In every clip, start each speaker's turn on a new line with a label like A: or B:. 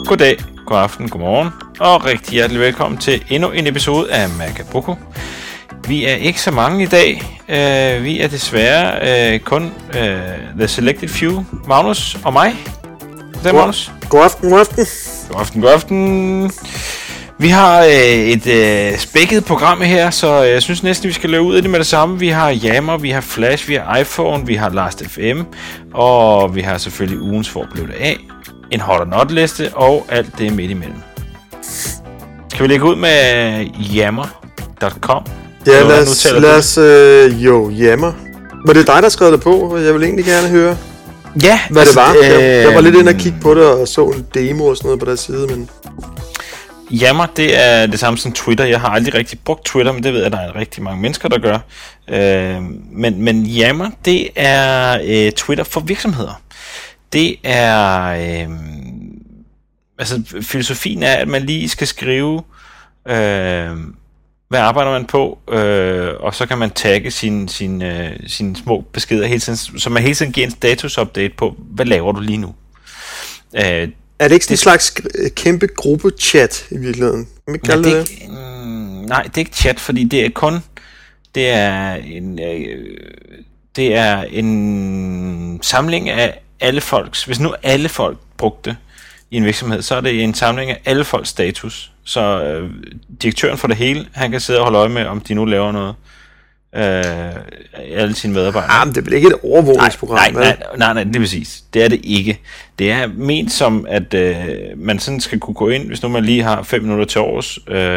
A: Goddag, god aften, god morgen, og rigtig hjertelig velkommen til endnu en episode af Magaboko. Vi er ikke så mange i dag. Vi er desværre kun The Selected Few. Magnus og mig. Goddag, Magnus.
B: God aften, god aften.
A: God aften, god aften. Vi har et spækket program her, så jeg synes næsten, vi skal løbe ud af det med det samme. Vi har Yammer, vi har Flash, vi har iPhone, vi har Last.fm, og vi har selvfølgelig ugens hvor blev det af, en hot or not liste og alt det midt imellem. Skal vi lægge ud med Yammer.com?
B: Ja, lad os Yammer. Var det dig, der skrev det på? Jeg vil egentlig gerne høre,
A: ja,
B: hvad det var. Jeg var lidt inde og kigge på det og så en demo og sådan noget på deres side, men...
A: Yammer, det er det samme som Twitter. Jeg har aldrig rigtig brugt Twitter, men det ved jeg, at der er rigtig mange mennesker, der gør. Men Yammer, det er Twitter for virksomheder. Det er... filosofien er, at man lige skal skrive, hvad arbejder man på, og så kan man tagge sine små beskeder hele tiden, så man hele tiden giver en status-update på, hvad laver du lige nu.
B: Er det ikke sådan en slags kæmpe gruppe-chat i virkeligheden?
A: Nej, det er ikke chat, fordi det er kun... Det er en samling af alle folks... Hvis nu alle folk brugte det i en virksomhed, så er det en samling af alle folks status. Så direktøren for det hele, han kan sidde og holde øje med, om de nu laver noget. Alle sine medarbejdere.
B: Men det er vel ikke et overvågningsprogram?
A: Nej, det er præcis. Det er det ikke. Det er ment som, at man sådan skal kunne gå ind, hvis nu man lige har 5 minutter til års.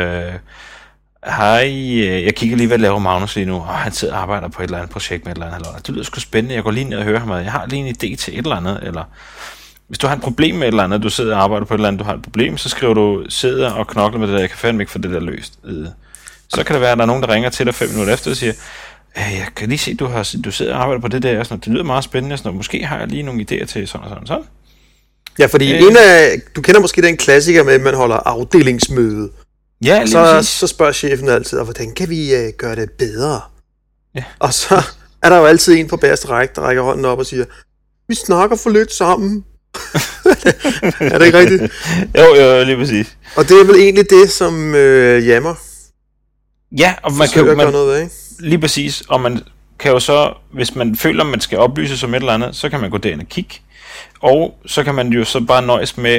A: Hej, jeg kigger lige, hvad laver Magnus lige nu. Han sidder og arbejder på et eller andet projekt med et eller andet. Det lyder sgu spændende. Jeg går lige ned og hører ham. Jeg har lige en idé til et eller andet. Eller hvis du har et problem med et eller andet, du sidder og arbejder på et eller andet, du har et problem, så skriver du, sidder og knokler med det der, jeg kan fandme ikke få det der løst. Så kan det være, at der er nogen, der ringer til dig 5 minutter efter og siger, jeg kan lige se, du sidder og arbejder på det der, og sådan, det lyder meget spændende, sådan, måske har jeg lige nogle idéer til sådan og sådan.
B: Ja, fordi du kender måske den klassiker med, at man holder afdelingsmøde.
A: Ja,
B: så spørger chefen altid, hvordan kan vi gøre det bedre?
A: Ja.
B: Og så er der jo altid en på bagerste række, der rækker hånden op og siger, vi snakker for lidt sammen. Er det ikke rigtigt?
A: Jo, lige præcis.
B: Og det er vel egentlig det, som Yammer.
A: Ja, og man kan
B: gøre noget af, ikke?
A: Lige præcis, og man kan jo så, hvis man føler, at man skal oplyse som et eller andet, så kan man gå derind og kigge. Og så kan man jo så bare nøjes med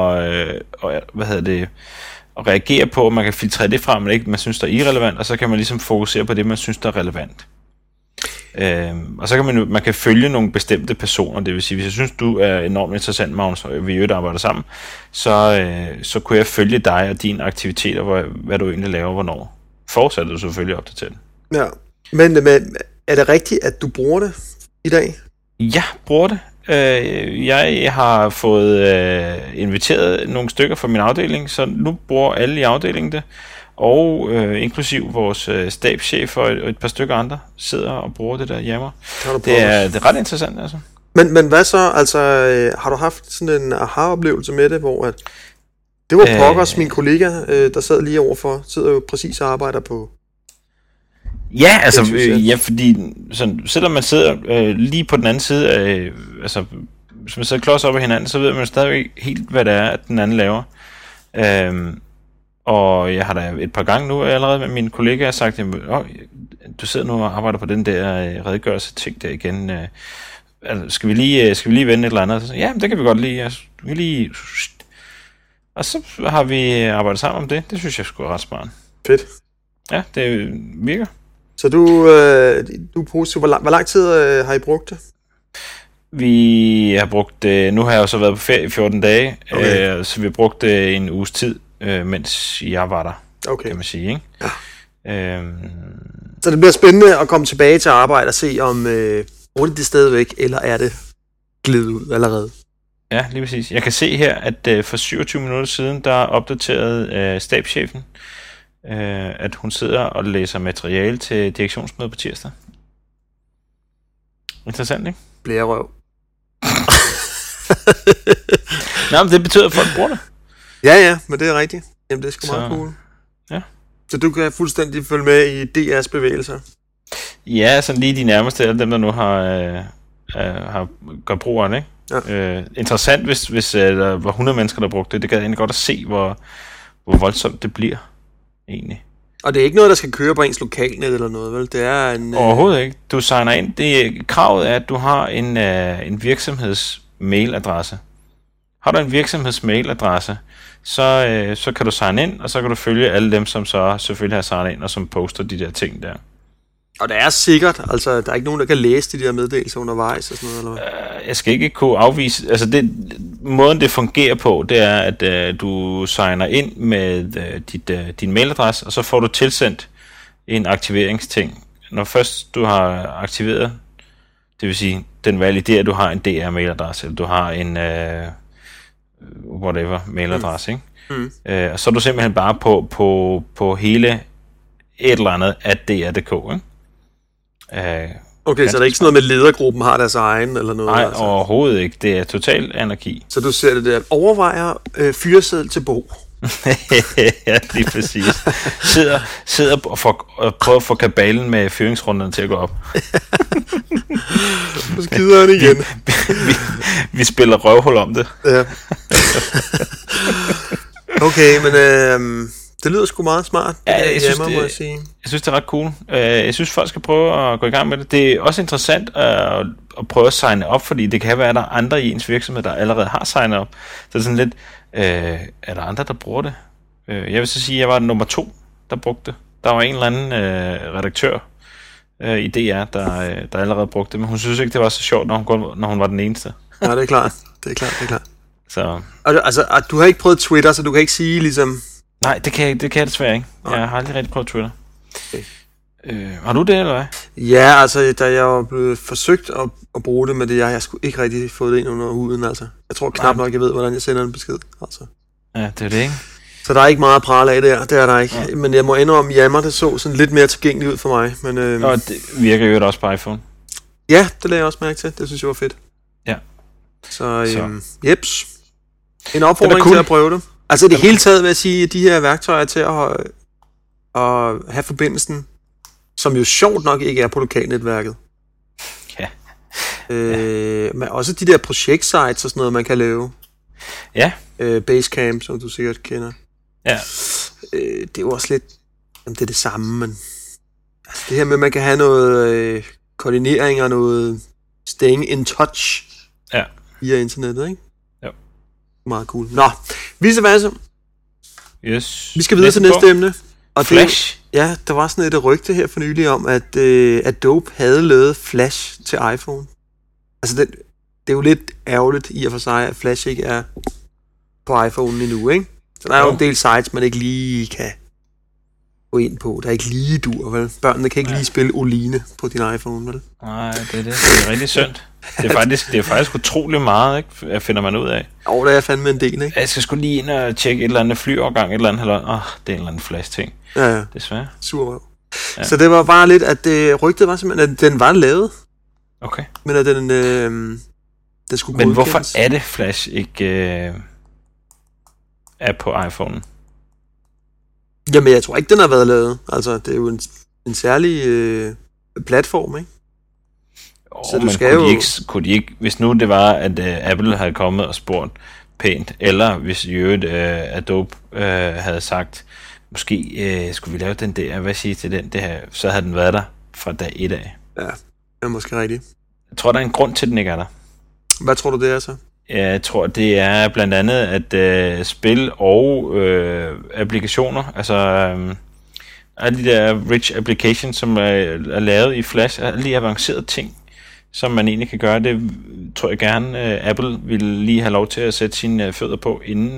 A: at reagere på, at man kan filtrere det fra, man synes, der er irrelevant, og så kan man ligesom fokusere på det, man synes, der er relevant. Og så kan man kan følge nogle bestemte personer, det vil sige, hvis jeg synes, du er enormt interessant, Magnus, og vi arbejder sammen, så kunne jeg følge dig og dine aktiviteter, hvad du egentlig laver, hvornår. Forudsat du selvfølgelig opdaterer den.
B: Ja, men er det rigtigt, at du bruger det i dag?
A: Ja, bruger det. Jeg har fået inviteret nogle stykker fra min afdeling, så nu bruger alle i afdelingen det, og inklusiv vores stabschef og et par stykker andre sidder og bruger det der Yammer. Det er ret interessant, altså.
B: Men hvad så? Altså, har du haft sådan en aha-oplevelse med det, hvor at det var pokkers, min kollega, der sad lige overfor, sidder jo præcis og arbejder på...
A: Ja, altså, fordi sådan, selvom man sidder lige på den anden side af, altså, hvis man sidder klods op af hinanden, så ved man stadigvæk helt, hvad det er, at den anden laver. Og jeg har da et par gange nu allerede med mine kollegaer sagt, du sidder nu og arbejder på den der redegørelse ting der igen. Skal vi lige vende et eller andet? Så, ja, det kan vi godt lige. Altså, og så har vi arbejdet sammen om det. Det synes jeg sgu er ret smart.
B: Fedt.
A: Ja, det virker.
B: Så du er positiv. Hvor lang tid har I brugt det?
A: Vi har brugt nu har jeg jo så været på ferie i 14 dage, okay. Så vi har brugt en uges tid, mens jeg var der, kan man sige, ikke? Ja.
B: Så det bliver spændende at komme tilbage til arbejde og se, om bruger det stadigvæk, eller er det glidet ud allerede?
A: Ja, lige præcis. Jeg kan se her, at for 27 minutter siden, der opdaterede stabschefen, at hun sidder og læser materiale til direktionsmøde på tirsdag. Interessant, ikke?
B: Blærerøv.
A: Nå, men det betyder, at folk bruger det.
B: Ja, men det er rigtigt. Jamen, det er sgu meget cool.
A: Ja.
B: Så du kan fuldstændig følge med i DR's bevægelser?
A: Ja, sådan lige de nærmeste af dem, der nu har gør brug af det, ikke? Interessant, hvis der var 100 mennesker, der brugte det. Det gad jeg egentlig godt at se, hvor voldsomt det bliver, egentlig.
B: Og det er ikke noget, der skal køre på ens lokalnet eller noget, vel? Det er en...
A: Overhovedet ikke. Du signer ind. Kravet er, at du har en virksomhedsmailadresse. Har du en virksomhedsmailadresse, så kan du signe ind, og så kan du følge alle dem, som så selvfølgelig har signet ind, og som poster de der ting der.
B: Og det er sikkert, altså der er ikke nogen, der kan læse de der meddelelser undervejs og sådan noget, eller hvad?
A: Jeg skal ikke kunne afvise, altså måden det fungerer på, det er, at du signer ind med din mailadresse, og så får du tilsendt en aktiveringsting. Når først du har aktiveret, det vil sige, den validerer, at du har en DR-mailadresse, eller du har en mailadresse, ikke? Og så er du simpelthen bare på hele et eller andet at DR.dk, ikke?
B: Okay, så det er ikke sådan noget med, ledergruppen har deres egen eller noget?
A: Nej, altså. Overhovedet ikke. Det er total anarki.
B: Så du ser det der, overvejer fyreseddel til Bo?
A: Ja, lige præcis. Sidder og prøver at få kabalen med fyringsrunderne til at gå op.
B: Nu skider han igen.
A: Vi spiller røvhul om det.
B: Ja. Okay, men det lyder sgu meget smart.
A: Ja, jeg synes, det er ret cool. Jeg synes, folk skal prøve at gå i gang med det. Det er også interessant at prøve at signe op, fordi det kan være, at der er andre i ens virksomhed, der allerede har signet op. Så det er sådan lidt, er der andre, der bruger det? Jeg vil så sige, at jeg var nummer 2, der brugte det. Der var en eller anden redaktør i DR, der allerede brugte det, men hun synes ikke, det var så sjovt, når hun var den eneste.
B: Ja, det er klart.
A: Så.
B: Og du har ikke prøvet Twitter, så du kan ikke sige ligesom...
A: Nej, det kan jeg desværre ikke.
B: Nej.
A: Jeg har aldrig rigtig prøvet Twitter. Okay. Har du det, eller hvad?
B: Ja, altså, da jeg var blevet forsøgt at bruge det, men det jeg skulle ikke rigtig få det ind under huden, altså. Jeg tror knap nok, jeg ved, hvordan jeg sender en besked, altså.
A: Ja, det er det, ikke?
B: Så der er ikke meget at prale af der, det er der ikke. Ja. Men jeg må indrømme, Yammer, det så sådan lidt mere tilgængeligt ud for mig. Men,
A: og det virker jo også på iPhone.
B: Ja, det lagde jeg også mærke til. Det synes jeg var fedt.
A: Ja.
B: Så. Jeps. En opfordring til at prøve det. Altså i det hele taget vil jeg sige, at de her værktøjer til at have forbindelsen, som jo sjovt nok ikke er på lokalnetværket.
A: Ja.
B: Men også de der projektsites og sådan noget, man kan lave.
A: Ja.
B: Basecamp, som du sikkert kender.
A: Ja.
B: Det er jo også lidt, det er det samme, men altså det her med, at man kan have noget koordinering og noget staying in touch via internettet, ikke? Meget cool. Nå, vice versa.
A: Yes.
B: Vi skal videre til næste emne. Og
A: Flash.
B: Der var sådan et rygte her for nylig om, at Adobe havde lavet Flash til iPhone. Altså, det er jo lidt ærgerligt i og for sig, at Flash ikke er på iPhone endnu, ikke? Så der er jo en del sites, man ikke lige kan gå ind på. Der er ikke lige dur, vel? Børnene kan ikke lige spille Oline på din iPhone, vel?
A: Nej, det er det. Det er rigtig synd. Det er faktisk utrolig meget, ikke? Finder man ud af.
B: Der er fandme en del, ikke?
A: Jeg skal sgu lige ind og tjekke et eller andet flyovergang, et eller andet, det er en eller anden flash-ting.
B: Ja.
A: Desværre.
B: Surrøv. Ja. Så det var bare lidt, at rygtet var simpelthen, at den var lavet.
A: Okay.
B: Men at den skulle godkendes.
A: Men hvorfor er det Flash ikke er på iPhone?
B: Jamen, jeg tror ikke, den har været lavet. Altså, det er jo en særlig platform, ikke?
A: Så du skal kunne de ikke, hvis nu det var, at Apple havde kommet og spurgt pænt, eller hvis i øvrigt Adobe havde sagt, måske skulle vi lave den der, hvad siger til den, det her, så havde den været der fra dag 1 af.
B: Ja, det er måske rigtigt.
A: Jeg tror, der er en grund til, at den ikke er der.
B: Hvad tror du, det er så?
A: Jeg tror, det er blandt andet, at spil og applikationer, altså alle de der rich applications, som er lavet i Flash, alle de avancerede ting, som man egentlig kan gøre, det tror jeg gerne, Apple ville lige have lov til at sætte sine fødder på, inden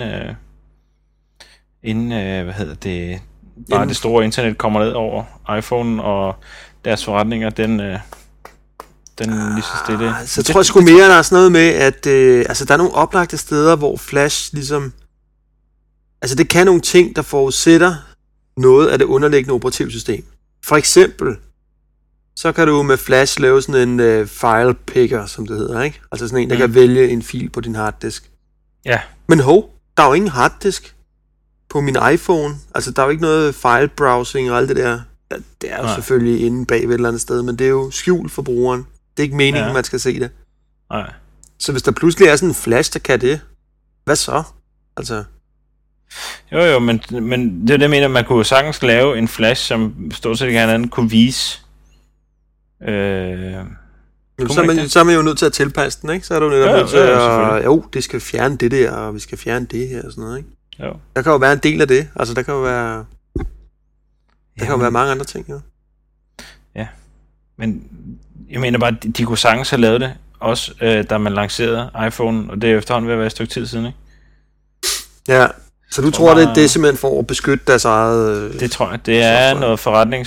A: bare det store internet kommer ned over iPhone, og deres forretninger, den lige så stille.
B: Så tror jeg sgu mere, der er sådan noget med, at der er nogle oplagte steder, hvor Flash ligesom, altså det kan nogle ting, der forudsætter noget af det underliggende operativsystem. For eksempel, så kan du med Flash lave sådan en file picker, som det hedder, ikke? Altså sådan en, der kan vælge en fil på din harddisk.
A: Ja.
B: Men der er jo ingen harddisk på min iPhone. Altså, der er jo ikke noget file browsing og alt det der. Det er jo selvfølgelig inde bag ved et eller andet sted, men det er jo skjult for brugeren. Det er ikke meningen, man skal se det.
A: Nej.
B: Så hvis der pludselig er sådan en flash, der kan det, hvad så? Altså...
A: Jo, men det er det, jeg mener, man kunne sagtens lave en flash, som stort set ikke andet kunne vise.
B: Så er man jo nødt til at tilpasse den, ikke? Så er du netop nødt til at... Jo, det skal fjerne det der, og vi skal fjerne det her og sådan noget, ikke?
A: Jo.
B: Der kan jo være en del af det. Altså, der kan jo være... Der kan jo være mange andre ting, jo.
A: Ja. Men jeg mener bare, de kunne sagtens have lavet det, også da man lancerede iPhone, og det er efterhånden ved at være et stykke tid siden, ikke?
B: Ja, så du tror, det er simpelthen for at beskytte deres eget...
A: Det tror jeg. Det er noget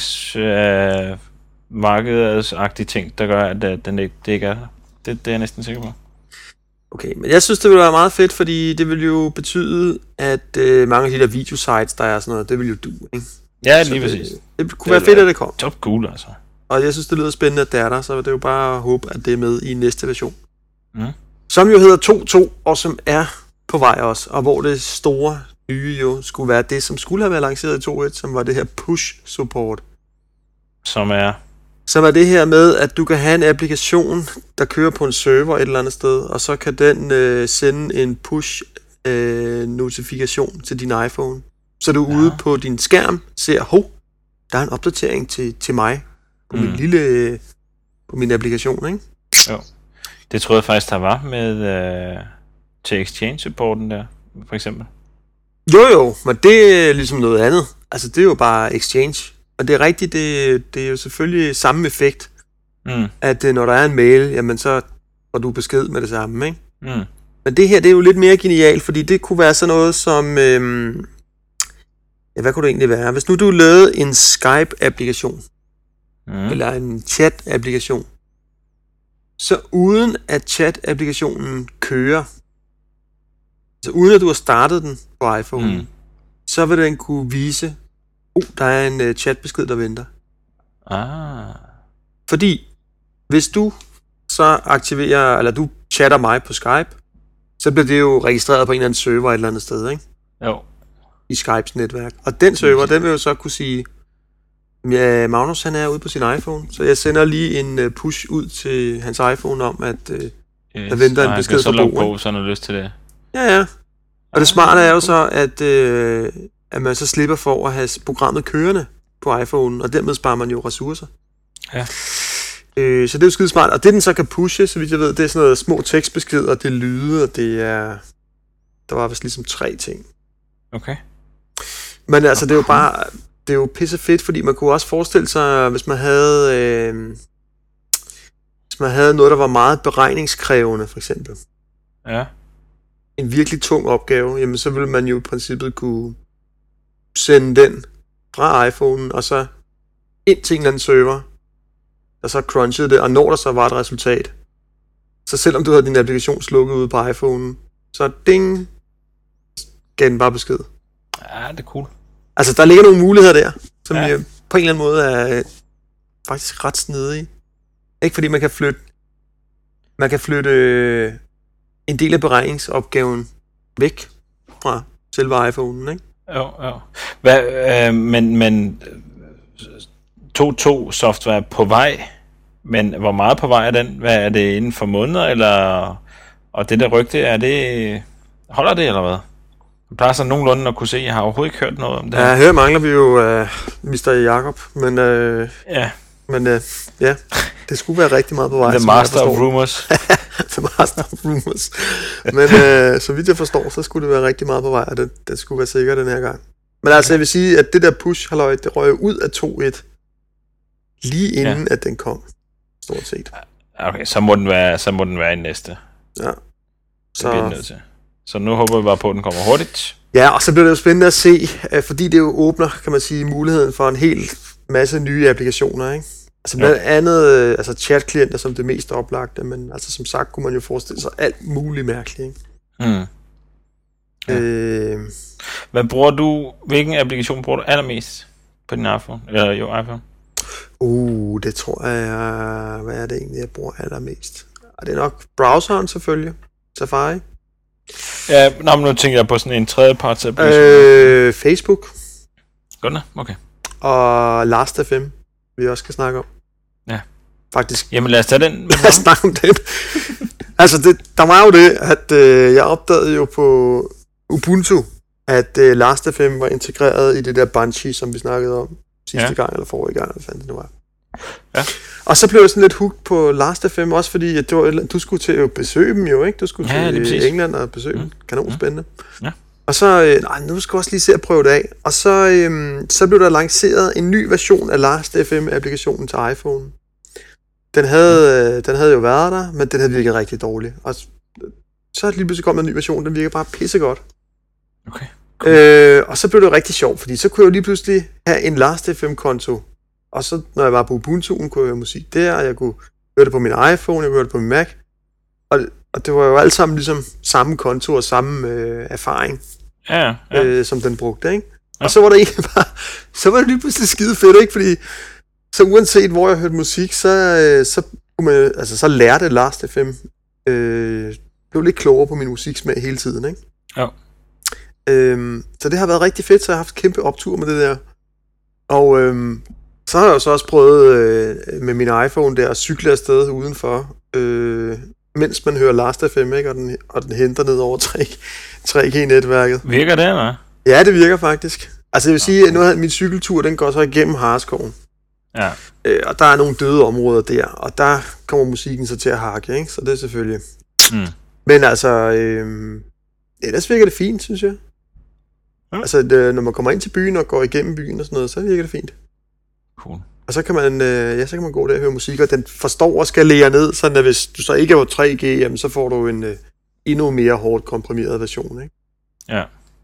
A: forretningsmarkedsagtige ting, der gør, at det ikke er der. Det er jeg næsten sikker på.
B: Okay, men jeg synes, det ville være meget fedt, fordi det ville jo betyde, at mange af de der videosites, der er sådan noget, det ville jo du, ikke?
A: Ja, lige præcis.
B: Det kunne være fedt, at det kom.
A: Top cool, altså.
B: Og jeg synes, det lyder spændende, at det er der, så det er jo bare at håbe, at det er med i næste version.
A: Mm.
B: Som jo hedder 2.2, og som er på vej også, og hvor det store nye jo skulle være det, som skulle have været lanceret i 2.1, som var det her push support.
A: Som er
B: det her med, at du kan have en applikation, der kører på en server et eller andet sted, og så kan den sende en push notifikation til din iPhone. Så du ude på din skærm ser, der er en opdatering til mig på min applikation, ikke?
A: Jo. Det troede jeg faktisk, der var med til Exchange-supporten der, for eksempel.
B: Jo, men det er ligesom noget andet. Altså, det er jo bare Exchange. Og det er rigtigt, det er jo selvfølgelig samme effekt, at når der er en mail, jamen så får du besked med det samme, ikke?
A: Mm.
B: Men det her, det er jo lidt mere genialt, fordi det kunne være sådan noget som... hvad kunne det egentlig være? Hvis nu du lavede en Skype-applikation, eller en chat-applikation, så uden at chat-applikationen kører, altså uden at du har startet den på iPhone, så vil den kunne vise, der er en chatbesked, der venter. Fordi, hvis du så aktiverer, eller du chatter mig på Skype, så bliver det jo registreret på en eller anden server et eller andet sted, ikke?
A: Jo.
B: I Skypes netværk. Og den server, den vil jo så kunne sige, ja, Magnus han er ude på sin iPhone, så jeg sender lige en push ud til hans iPhone om, at der venter en besked fra Bo.
A: Så han har lyst til det.
B: Ja. Og det smarte er jo så, at man så slipper for at have programmet kørende på iPhone, og dermed sparer man jo ressourcer.
A: Ja.
B: Så det er jo skide smart. Og det den så kan pushe, så vidt jeg ved, det er sådan noget små tekstbeskeder, det lyde, og det er... Der var vist ligesom 3 ting.
A: Okay.
B: Men altså, det er jo bare... Det er jo pisse fedt, fordi man kunne også forestille sig, hvis man havde... hvis man havde noget, der var meget beregningskrævende, for eksempel.
A: Ja.
B: En virkelig tung opgave, jamen så ville man jo i princippet kunne sende den fra iPhone'en, og så ind til en eller anden server, der så crunchede det, og når der så var et resultat, så selvom du havde din applikation slukket ude på iPhone'en, så ding, gav den bare besked.
A: Ja, det er cool.
B: Altså, der ligger nogle muligheder der, som jo på en eller anden måde er faktisk ret snedige. Ikke fordi man kan flytte en del af beregningsopgaven væk fra selve iPhone'en, ikke?
A: Jo. Men 2.2 software på vej, men hvor meget på vej er den? Hvad er det inden for måneder, eller... Og det der rygte, er det... Holder det, eller hvad? Jeg plejer så nogenlunde at kunne se, jeg har overhovedet ikke hørt noget om det.
B: Ja, her mangler vi jo Mr. Jakob, men... ja, det skulle være rigtig meget på vej.
A: The Master of Rumors.
B: The Master of Rumors. Men så vidt jeg forstår, så skulle det være rigtig meget på vej, og det skulle være sikkert den her gang. Men altså, jeg vil sige, at det der push, halløj, det røg ud af 2.1, lige inden at den kom, stort set.
A: Okay, så må den være i næste.
B: Ja.
A: Så bliver den nødt til. Så nu håber vi bare på, at den kommer hurtigt.
B: Ja, og så bliver det jo spændende at se, fordi det jo åbner, kan man sige, muligheden for en hel masse nye applikationer, ikke? Altså blandt andet chatklienter som det mest oplagte, men altså som sagt kunne man jo forestille sig alt muligt mærkeligt, ikke?
A: Hvilken applikation bruger du allermest på din iPhone? Eller iPhone?
B: Det tror jeg, hvad er det egentlig, jeg bruger allermest? Og det er nok browseren selvfølgelig, Safari.
A: Ja, men nu tænker jeg på sådan en tredjeparts applikation.
B: Facebook.
A: Godt nok, okay.
B: Og Last.fm, vi også skal snakke om.
A: Ja.
B: Faktisk.
A: Jamen lad os tage den.
B: Lad os snakke om den. Altså, der var jo det, at jeg opdagede jo på Ubuntu, at Last.fm var integreret i det der Banshee, som vi snakkede om sidste gang, eller forrige gang, hvad fanden det nu var.
A: Ja.
B: Og så blev jeg sådan lidt hooked på Last.fm, også fordi at du skulle til at besøge dem jo, ikke? Du skulle til England og besøge dem. Kanonspændende.
A: Ja.
B: Og så, nu skal jeg også lige se at prøve det af. Og så blev der lanceret en ny version af Last.fm-applikationen til iPhone. Den havde jo været der, men den havde virket rigtig dårligt. Og så lige pludselig kom der en ny version, den virker bare pissegodt.
A: Okay.
B: Cool. Og så blev det rigtig sjovt, fordi så kunne jeg jo lige pludselig have en Last.fm-konto. Og så, når jeg var på Ubuntu'en, kunne jeg høre musik der, og jeg kunne høre det på min iPhone, jeg kunne høre det på min Mac. Og det var jo alt sammen ligesom samme konto og samme erfaring, som den brugte, ikke? Ja. Og så var der egentlig bare, så var det lige pludselig skide fedt, ikke? Fordi så uanset hvor jeg hørte musik, så kunne man, altså så lærte Last.fm blev lidt klogere på min musiksmag hele tiden, ikke?
A: Ja.
B: Så det har været rigtig fedt, så jeg har haft kæmpe optur med det der. Og så har jeg jo så også prøvet med min iPhone der at cykle afsted udenfor, mens man hører Last.fm, ikke? Og den henter ned over 3G-netværket.
A: Virker det, eller?
B: Ja, det virker faktisk. Altså jeg vil sige, at nu har min cykeltur, den går så igennem Hareskoven.
A: Ja.
B: Og der er nogle døde områder der, og der kommer musikken så til at hakke, ikke? Så det er selvfølgelig. Men altså, ellers virker det fint, synes jeg. Ja. Altså, når man kommer ind til byen og går igennem byen og sådan noget, så virker det fint.
A: Cool.
B: Og så kan man gå der og høre musik, og den forstår og skalerer ned, sådan at hvis du så ikke er på 3G, jamen, så får du en endnu mere hårdt komprimeret version, ikke?
A: Ja.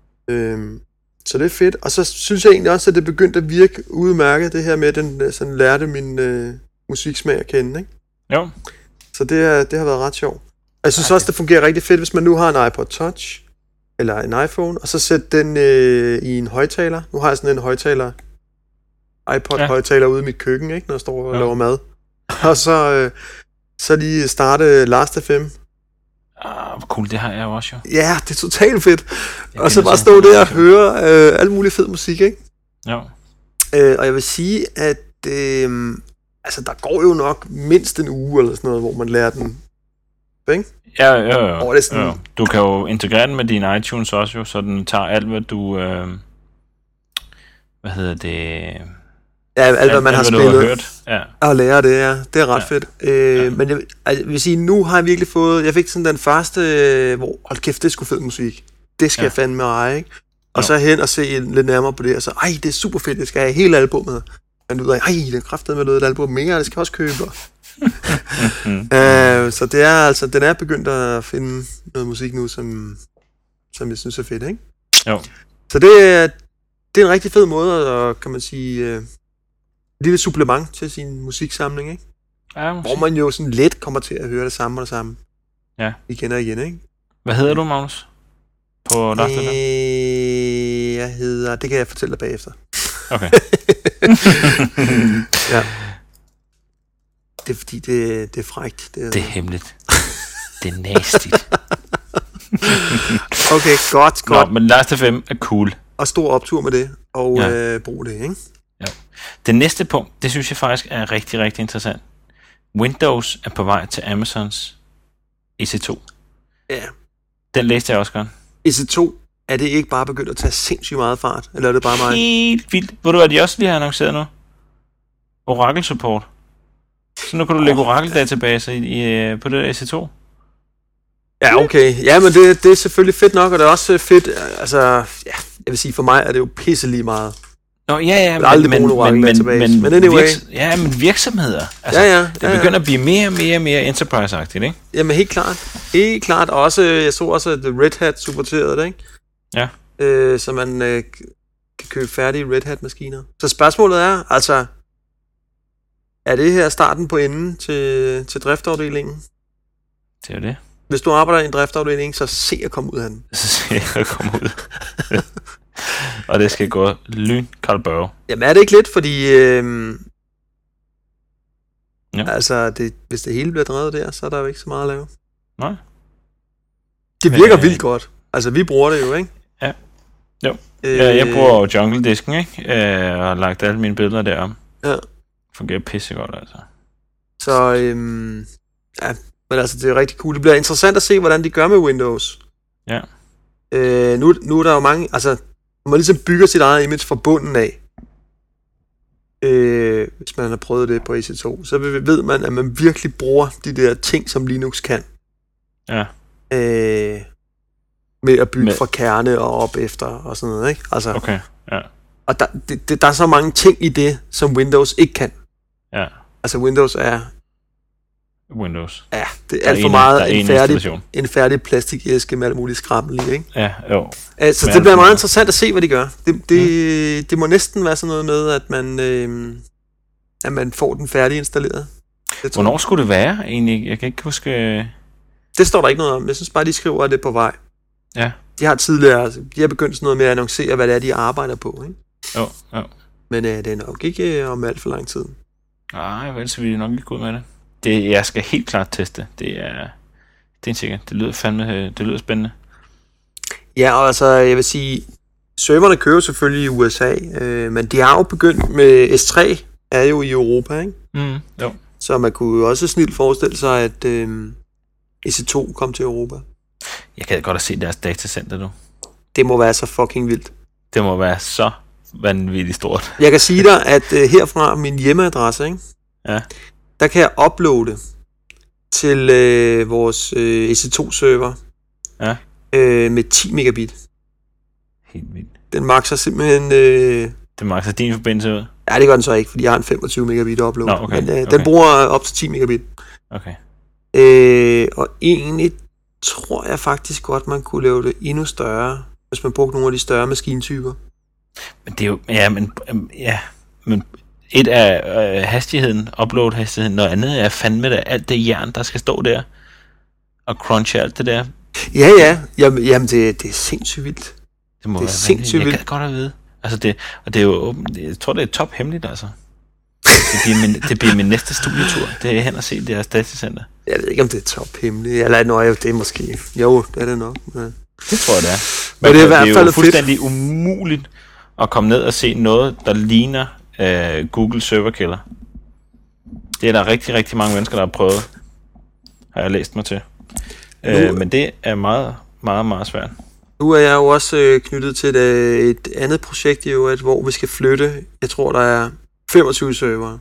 B: Så det er fedt. Og så synes jeg egentlig også, at det begyndte at virke udmærket, det her med, at den sådan lærte min musiksmag at kende, ikke?
A: Jo.
B: Så det har været ret sjovt. Jeg synes også, det fungerer rigtig fedt, hvis man nu har en iPod Touch, eller en iPhone, og så sætte den i en højtaler. Nu har jeg sådan en højtaler, iPod-højtaler ude i mit køkken, ikke, når jeg står og laver mad. Og så lige starte Last.fm.
A: Hvor cool, det har jeg også jo.
B: Ja, det er totalt fedt. Og så bare stå der og høre alt muligt fed musik, ikke?
A: Ja.
B: Og jeg vil sige, at altså, der går jo nok mindst en uge eller sådan noget, hvor man lærer den. Ikke?
A: Ja.
B: Og det sådan...
A: Du kan jo integrere den med din iTunes også jo, så den tager alt, hvad du... hvad hedder det...
B: Ja, alt hvad man har spillet.
A: Har hørt. Ja.
B: Og lære det, ja. Det er ret fedt. Men jeg vil sige, nu har jeg virkelig fået... Jeg fik sådan den første, hvor... Hold kæft, det er sgu fed musik. Det skal jeg fandme eje, ikke? Og så hen og se lidt nærmere på det, og så... Ej, det er super fedt, det skal jeg have hele albumet. Men ud af, det er kraftedeme med noget et album mere, det skal jeg også købe. Så det er altså... Den er begyndt at finde noget musik nu, som jeg synes er fedt, ikke?
A: Jo.
B: Så det er en rigtig fed måde at, kan man sige... lille supplement til sin musiksamling, ikke?
A: Ja,
B: hvor man jo sådan let kommer til at høre det samme og det samme.
A: Ja.
B: Igen og igen, ikke?
A: Hvad hedder du, Magnus? På Last.fm?
B: Jeg hedder... Det kan jeg fortælle dig bagefter.
A: Okay.
B: Ja. Det er fordi, det er frækt.
A: Det er hemmeligt. Det er nastigt.
B: Okay, godt.
A: Nå, men Last.fm er cool.
B: Og stor optur med det, og brug det, ikke?
A: Ja. Det næste punkt, det synes jeg faktisk er rigtig, rigtig interessant. Windows er på vej til Amazons EC2.
B: Ja.
A: Den læste jeg også godt.
B: EC2, er det ikke bare begyndt at tage sindssygt meget fart? Eller er det bare mig?
A: Helt vildt. Ved du hvad, de også lige har annonceret nu? Oracle support. Så nu kan du lægge Oracle-database på det der EC2.
B: Ja, okay. Ja, men det er selvfølgelig fedt nok, og det er også fedt, altså, ja, jeg vil sige, for mig er det jo pisselig meget.
A: Nå, ja,
B: men anyway.
A: Men virksomheder, altså, det begynder at blive mere enterprise-agtigt, ikke?
B: Jamen, helt klart, også, jeg så også, at Red Hat supporterede det, ikke?
A: Ja.
B: Så man kan købe færdige Red Hat-maskiner. Så spørgsmålet er, altså, er det her starten på enden til driftafdelingen?
A: Det er jo det.
B: Hvis du arbejder i en driftafdeling, så se at komme ud af den.
A: Så se at komme ud. Og det skal gå Karl Børge.
B: Jamen er det ikke lidt, fordi altså, hvis det hele bliver drevet der, så er der jo ikke så meget at lave.
A: Nej.
B: Det virker vildt godt. Altså, vi bruger det jo, ikke?
A: Ja. Jo. Jeg bruger jo Jungle-disken, ikke? Og har lagt alle mine billeder derom.
B: Ja.
A: Fungerer pissegodt, altså.
B: Så, Men altså, det er rigtig cool. Det bliver interessant at se, hvordan de gør med Windows.
A: Ja.
B: Nu er der jo mange, altså, når man ligesom bygger sit eget image fra bunden af, hvis man har prøvet det på EC2, så ved man, at man virkelig bruger de der ting, som Linux kan.
A: Ja.
B: Med at bygge fra kerne og op efter og sådan noget, ikke? Altså,
A: okay, ja.
B: Og der er så mange ting i det, som Windows ikke kan.
A: Ja.
B: Altså Windows er...
A: Windows.
B: Ja, det er alt for meget en færdig plastikæske med alt muligt skrammel, ikke?
A: Ja, jo.
B: Altså, det bliver meget interessant at se, hvad de gør. Det må næsten være sådan noget med, at man får den færdig installeret.
A: Hvornår skulle det være, egentlig? Jeg kan ikke huske...
B: Det står der ikke noget om. Jeg synes bare, de skriver, at det er på vej.
A: Ja.
B: De har tidligere, de har begyndt sådan noget med at annoncere, hvad det er, de arbejder på, ikke?
A: Jo.
B: Men det er nok ikke om alt for lang tid.
A: Nej, vel, så vil jeg nok ikke gå ud med det. Jeg skal helt klart teste. Det er en sikkert. Det lyder spændende. Ja,
B: og altså, jeg vil sige, serverne kører selvfølgelig i USA, men de har jo begyndt med S3, er jo i Europa, ikke?
A: Jo.
B: Så man kunne jo også snilt forestille sig, at EC2 kom til Europa.
A: Jeg kan godt at se deres datacenter nu.
B: Det må være så fucking vildt.
A: Det må være så vanvittigt stort.
B: Jeg kan sige dig, at herfra min hjemmeadresse, ikke?
A: Ja.
B: Der kan jeg uploade til vores EC2-server med 10 megabit.
A: Helt vildt.
B: Den makser simpelthen...
A: Den makser din forbindelse ud?
B: Ja, det gør den så ikke, fordi jeg har en 25 megabit upload.
A: Nå, okay,
B: men den bruger op til 10 megabit.
A: Okay.
B: Og egentlig tror jeg faktisk godt, man kunne lave det endnu større, hvis man brugte nogle af de større maskintyper.
A: Men det er jo... Men et er hastigheden, upload-hastigheden, noget andet er fandme det, alt det jern, der skal stå der, og crunche alt det der.
B: Ja. Jamen, det er sindssygt vildt.
A: Det må være sindssygt vildt. Jeg kan godt at vide. Altså det er jo, jeg tror, det er top hemmeligt, altså. Det bliver min næste studietur. Det er hen og se deres datacenter.
B: Jeg ved ikke, om det er top hemmeligt. Eller det er måske... Jo, det er det nok. Ja.
A: Det tror jeg, det er.
B: Men det er i hvert fald
A: jo fuldstændig umuligt at komme ned og se noget, der ligner Google Server Killer. Det er der rigtig, rigtig mange mennesker, der har prøvet. Har jeg læst mig til. Men det er meget, meget, meget svært.
B: Nu er jeg jo også knyttet til et andet projekt, hvor vi skal flytte. Jeg tror, der er 25 servere.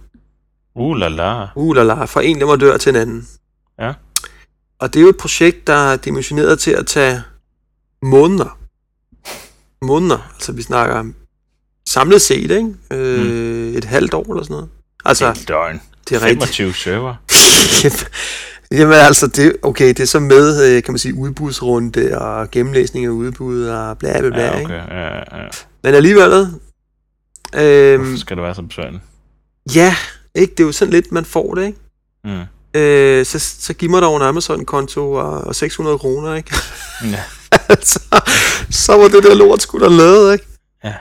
A: Lala.
B: Fra en leverandør til en anden.
A: Ja.
B: Og det er jo et projekt, der er dimensioneret til at tage måneder. Altså vi snakker samlet set, ikke? Et halvt år eller sådan noget. Altså,
A: et døgn.
B: Det er
A: 25 server.
B: Jamen altså, det er så med, kan man sige, udbudsrunde og gennemlæsning af udbud og bla bla bla,
A: ja, okay.
B: ikke?
A: Ja.
B: Men alligevel...
A: Hvorfor skal det være så besværligt?
B: Ja, ikke? Det er jo sådan lidt, man får det, ikke? Så giv mig dog en Amazon-konto og 600 kroner, ikke?
A: Ja.
B: Altså, så var det der lort sgu da lavet, ikke?
A: Ja.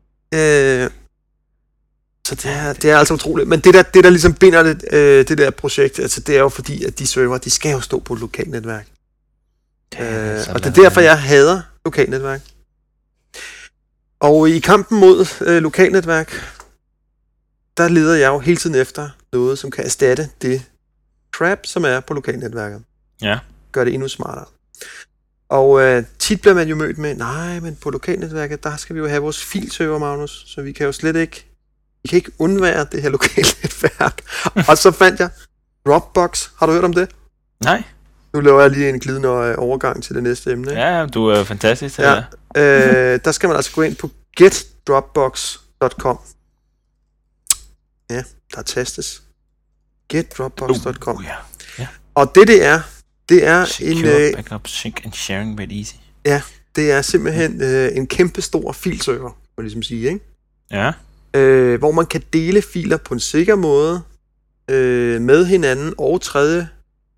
B: Så det er altså utroligt. Men det der ligesom binder det der projekt, altså det er jo fordi, at de server, de skal jo stå på et lokalnetværk. Og det er derfor, jeg hader lokalnetværk. Og i kampen mod lokalnetværk, der leder jeg jo hele tiden efter noget, som kan erstatte det crap, som er på lokalnetværket.
A: Ja.
B: Gør det endnu smartere. Og tit bliver man jo mødt med, nej, men på lokalnetværket, der skal vi jo have vores filserver, Magnus, så vi kan jo slet ikke, vi kan ikke undvære det her lokalnetværk. Og så fandt jeg Dropbox. Har du hørt om det?
A: Nej.
B: Nu laver jeg lige en glidende overgang til det næste emne. Ikke?
A: Ja, du er fantastisk.
B: Ja. Der skal man altså gå ind på getdropbox.com. Ja, der tastes. getdropbox.com.
A: Ja.
B: Og det er
A: Secure backup, sync and sharing made easy.
B: Ja, det er simpelthen en kæmpe stor filserver, må jeg ligesom sige, ikke?
A: Ja.
B: Hvor man kan dele filer på en sikker måde med hinanden og tredje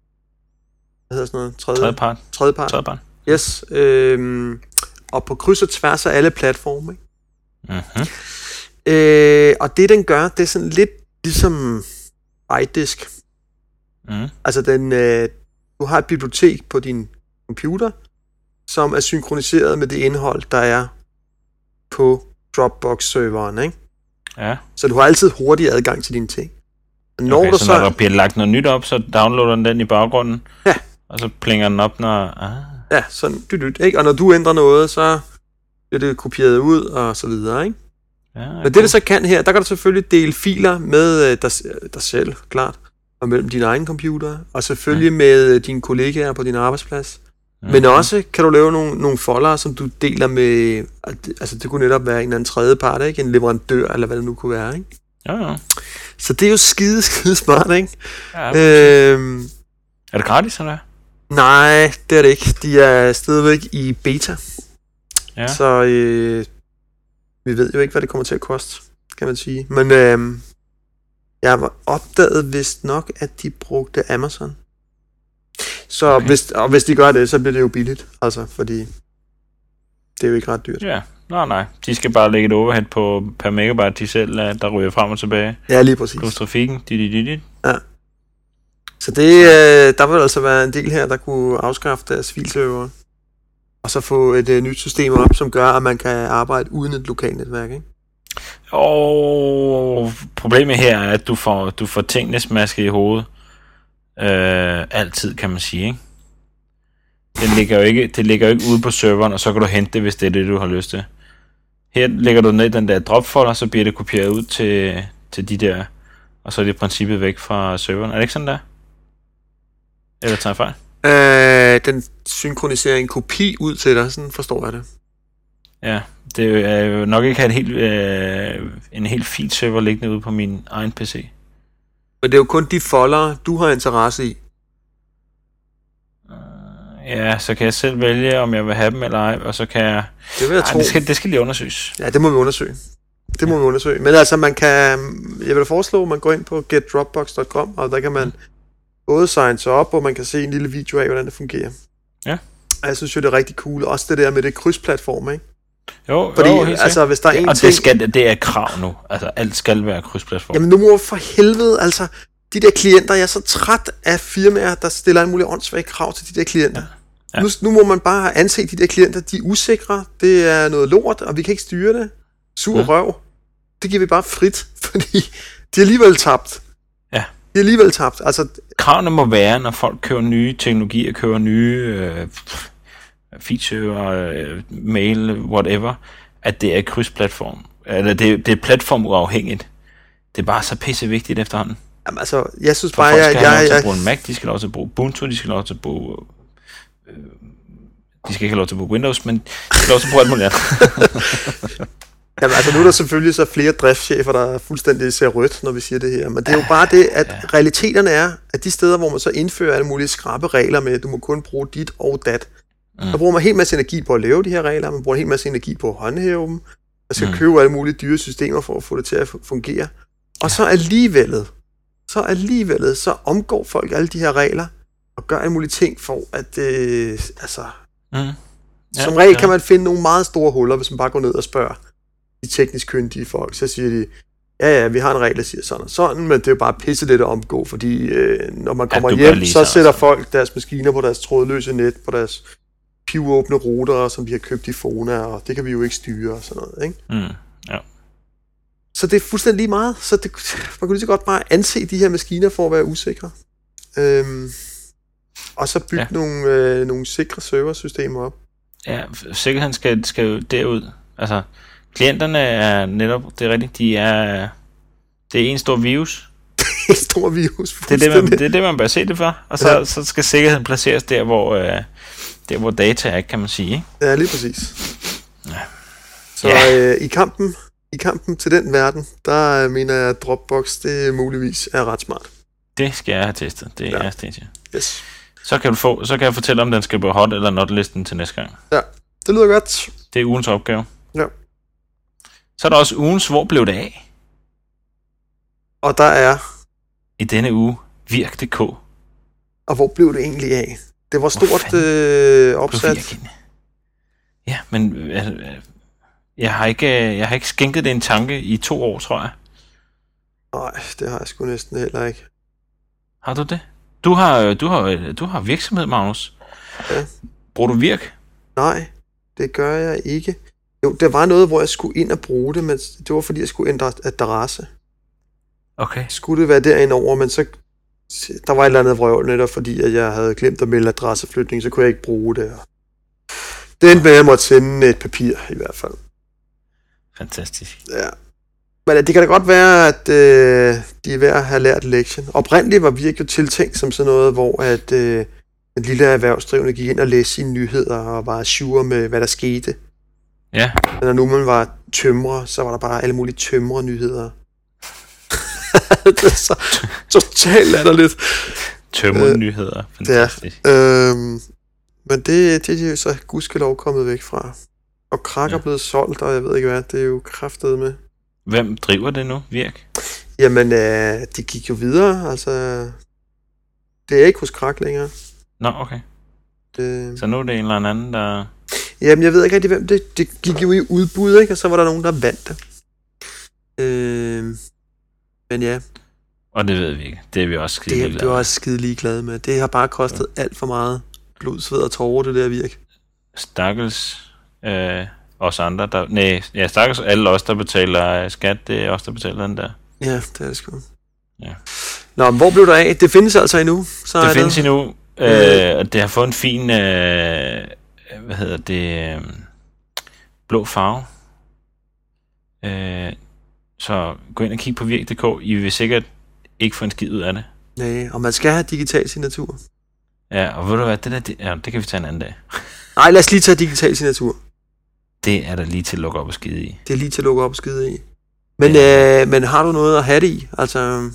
B: part.
A: Tredjepart.
B: Yes. Og på kryds og tværs af alle platforme. Ikke?
A: Mm-hmm.
B: Og det den gør, det er sådan lidt ligesom iDisk.
A: Mm.
B: Altså du har et bibliotek på din computer, som er synkroniseret med det indhold, der er på Dropbox-serveren, ikke?
A: Ja.
B: Så du har altid hurtig adgang til dine ting. Når
A: Okay,
B: du
A: så når der bliver lagt noget nyt op, så downloader den i baggrunden,
B: Ja.
A: og så plinger den op, når...
B: Ja, sådan dyt, ikke? Og når du ændrer noget, så bliver det kopieret ud, og så videre, ikke?
A: Ja,
B: Men det så kan her, der kan du selvfølgelig dele filer med dig selv, klart, og mellem dine egne computer, og selvfølgelig med dine kollegaer på din arbejdsplads. Men også kan du lave nogle foldere, som du deler med, altså det kunne netop være en eller anden tredje part, ikke? En leverandør, eller hvad det nu kunne være, ikke?
A: Ja.
B: Så det er jo skide smart, ikke?
A: Ja, er det gratis, eller?
B: Nej, det er det ikke. De er stadigvæk i beta.
A: Ja.
B: Så vi ved jo ikke, hvad det kommer til at koste, kan man sige. Men jeg har opdaget vist nok, at de brugte Amazon. Så
A: Okay.
B: hvis de gør det, så bliver det jo billigt. Altså, fordi det er jo ikke ret dyrt.
A: Ja, nej. De skal bare lægge et overhead på per megabyte, de selv, der ryger frem og tilbage.
B: Ja, lige præcis.
A: Plus trafikken.
B: Ja. Så det, der vil altså være en del her, der kunne afskaffe deres filserver. Og så få et nyt system op, som gør, at man kan arbejde uden et lokalnetværk, ikke?
A: Og problemet her er, at du får tingene smasket i hovedet. Altid, kan man sige, ikke? Det ligger jo ikke ude på serveren, og så kan du hente det, hvis det er det, du har lyst til. Her lægger du ned i den der dropfolder, så bliver det kopieret ud til de der, og så er det i princippet væk fra serveren. Er det ikke sådan der? Eller tager jeg fejl?
B: Den synkroniserer en kopi ud til dig, sådan forstår jeg det.
A: Ja, det er jo nok ikke have en helt fil server liggende ude på min egen PC.
B: Men det er jo kun de folder, du har interesse i.
A: Ja, så kan jeg selv vælge, om jeg vil have dem eller ej, og så kan jeg...
B: Det vil jeg tro.
A: Det skal lige undersøges.
B: Ja, det må vi undersøge. Men altså, man kan... Jeg vil foreslå, at man går ind på getdropbox.com, og der kan man både signe sig op, og man kan se en lille video af, hvordan det fungerer.
A: Ja.
B: Og jeg synes jo, det er rigtig cool. Også det der med det krydsplatform, ikke?
A: Jo,
B: fordi,
A: helt
B: altså, hvis der er en
A: og
B: ting...
A: det er et krav nu. Altså, alt skal være krydsplatform.
B: Jamen, nu må for helvede, altså... De der klienter, jeg er så træt af firmaer, der stiller en mulig åndssvage krav til de der klienter. Ja. Nu må man bare anse de der klienter, de er usikre, det er noget lort, og vi kan ikke styre det. Sur røv. Det giver vi bare frit, fordi de er alligevel tabt.
A: Ja.
B: De er alligevel tabt. Altså,
A: kravene må være, når folk køber nye teknologier, køber nye feature, mail, whatever, at det er krydsplatform. Eller det er platformuafhængigt. Det er bare så pisse vigtigt efterhånden.
B: Jamen altså, jeg synes
A: for
B: bare,
A: folk skal have lov til at bruge en Mac, de skal have lov til at bruge Ubuntu, de skal have lov til at bruge... de skal ikke have lov til at bruge Windows, men de skal have lov til at bruge alt muligt andet.
B: Jamen altså, nu er der selvfølgelig så flere driftschefer, der fuldstændig ser rødt, når vi siger det her. Men det er jo bare det, at realiteterne er, at de steder, hvor man så indfører alle mulige skrappe regler med, at du må kun bruge dit og dat, så bruger man en hel masse energi på at lave de her regler, man bruger en hel masse energi på at håndhæve dem, man skal købe alle mulige dyre systemer for at få det til at fungere. Og så alligevel, så omgår folk alle de her regler, og gør alle mulige ting for, at som regel kan man finde nogle meget store huller, hvis man bare går ned og spørger de teknisk kyndige folk. Så siger de, ja, vi har en regel, der siger sådan og sådan, men det er jo bare pisse lidt at omgå, fordi når man kommer hjem, så sætter folk deres maskiner på deres trådløse net, på deres pivåbne routere, som de har købt i Fona, og det kan vi jo ikke styre og sådan noget, ikke?
A: Ja.
B: Så det er fuldstændig lige meget. Så man kunne lige så godt bare anse de her maskiner for at være usikre. Og så bygge nogle sikre serversystemer op.
A: Ja, sikkerheden skal jo derud. Altså, klienterne er netop, det er rigtigt, det er en stor virus.
B: En stor virus,
A: det er det, man bør se det for. Og så skal sikkerheden placeres der, hvor data er, kan man sige, ikke?
B: Ja, lige præcis.
A: Ja.
B: Så i kampen til den verden, der mener jeg, at Dropbox, det muligvis er ret smart.
A: Det skal jeg have testet. Det er Stadia.
B: Yes.
A: Så kan jeg fortælle, om den skal på hot eller not listen til næste gang.
B: Ja, det lyder godt.
A: Det er ugens opgave.
B: Ja.
A: Så er der også ugens, hvor blev det af?
B: Og der er...
A: I denne uge, Virk.dk.
B: Og hvor blev det egentlig af? Det var stort opsat.
A: Ja, men jeg har ikke skænket det en tanke i 2 år, tror jeg.
B: Nej, det har jeg sgu næsten heller ikke.
A: Har du det? Du har virksomhed, Magnus.
B: Ja.
A: Bruger du Virk?
B: Nej, det gør jeg ikke. Jo, der var noget, hvor jeg skulle ind og bruge det, men det var fordi, jeg skulle ændre adresse.
A: Okay.
B: Skulle det være derinde over, men så der var et eller andet vrøvl netop, fordi at jeg havde glemt at melde adresseflytning, så kunne jeg ikke bruge det. Det endte med, at jeg måtte sende et papir i hvert fald.
A: Fantastisk.
B: Ja. Men det kan da godt være, at de er ved at have lært lektion. Oprindeligt var vi ikke tiltænkt som sådan noget, hvor at en lille erhvervsdrivende gik ind og læste sine nyheder og var sure med, hvad der skete.
A: Ja.
B: Men når nu man var tømrer, så var der bare alle mulige tømrer-nyheder. Det er så totalt latterligt.
A: Tømmer-nyheder. Fantastisk.
B: Ja. Men det er de jo så gudskelov kommet væk fra. Og Krak er blevet solgt, og jeg ved ikke hvad, det er jo kraftet med.
A: Hvem driver det nu, Virk?
B: Jamen, det gik jo videre, altså. Det er ikke hos Krak længere.
A: Nå, okay. Så nu er det en eller anden, der...
B: Jamen, jeg ved ikke rigtig, hvem det gik jo i udbud, ikke? Og så var der nogen, der vandt det. Men ja.
A: Og det ved vi ikke. Det er vi også skide ligeglade med.
B: Det er vi også skide ligeglade med. Det har bare kostet alt for meget blod, sved og tårer, det der Virk.
A: Stakkels os andre, der... stakkels alle os, der betaler skat, det er os, der betaler den der.
B: Ja, det er det sgu.
A: Ja.
B: Nå, men hvor blev du af? Det findes altså endnu? Så
A: det findes endnu, og det har fået en fin, blå farve. Så gå ind og kig på virk.dk. I vil sikkert ikke få en skid ud af det.
B: Nej, og man skal have digital signatur.
A: Ja, og ved du hvad, det kan vi tage en anden dag.
B: Nej, lad os lige tage digital signatur.
A: Det er der lige til at lukke op og skide i.
B: Det er lige til at lukke op og skide i. Men, men har du noget at have det i? Altså...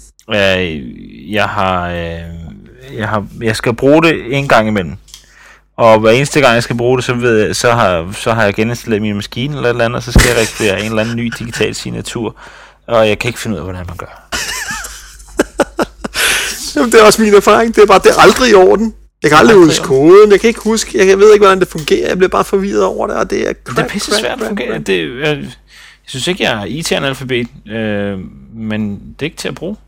A: Jeg skal bruge det en gang imellem. Og hver eneste gang jeg skal bruge det, så har jeg geninstalleret min maskine eller et eller andet, og så skal jeg rekvirere en eller anden ny digital signatur. Og jeg kan ikke finde ud af, hvordan man gør.
B: Jamen, det er også min erfaring. Det er aldrig i orden. Jeg kan aldrig huske koden. Jeg kan ikke huske. Jeg ved ikke, hvordan det fungerer. Jeg bliver bare forvirret over det, og det er
A: det er pisse svært at fungere. Jeg synes ikke, jeg er IT-analfabet, men det er ikke til at bruge.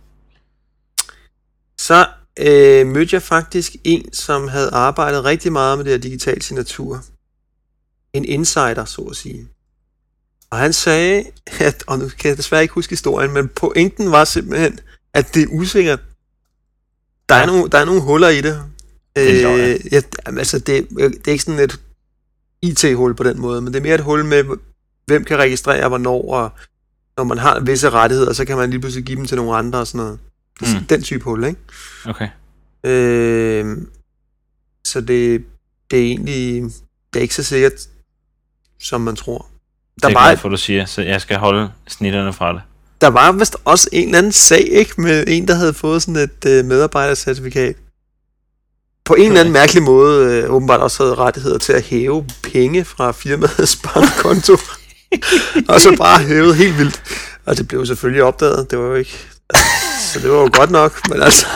B: Så mødte jeg faktisk en, som havde arbejdet rigtig meget med det her digital signatur. En insider, så at sige. Og han sagde, og nu kan jeg desværre ikke huske historien, men pointen var simpelthen, at det er usikkert. Der er nogle huller i det. Altså det er ikke sådan et IT-hul på den måde, men det er mere et hul med, hvem kan registrere hvornår, og når man har visse rettigheder, så kan man lige pludselig give dem til nogle andre og sådan noget. Den type hul, ikke?
A: Okay.
B: Så det er egentlig, det er ikke så sikkert, som man tror.
A: Det er glad for, du siger, så jeg skal holde snitterne fra det.
B: Der var vist også en eller anden sag, ikke? Med en, der havde fået sådan et medarbejdercertifikat. På en eller anden mærkelig måde åbenbart også havde rettigheder til at hæve penge fra firmaets bankkonto. Og så bare hævet helt vildt. Og det blev jo selvfølgelig opdaget. Det var jo ikke... Så det var jo godt nok, men altså...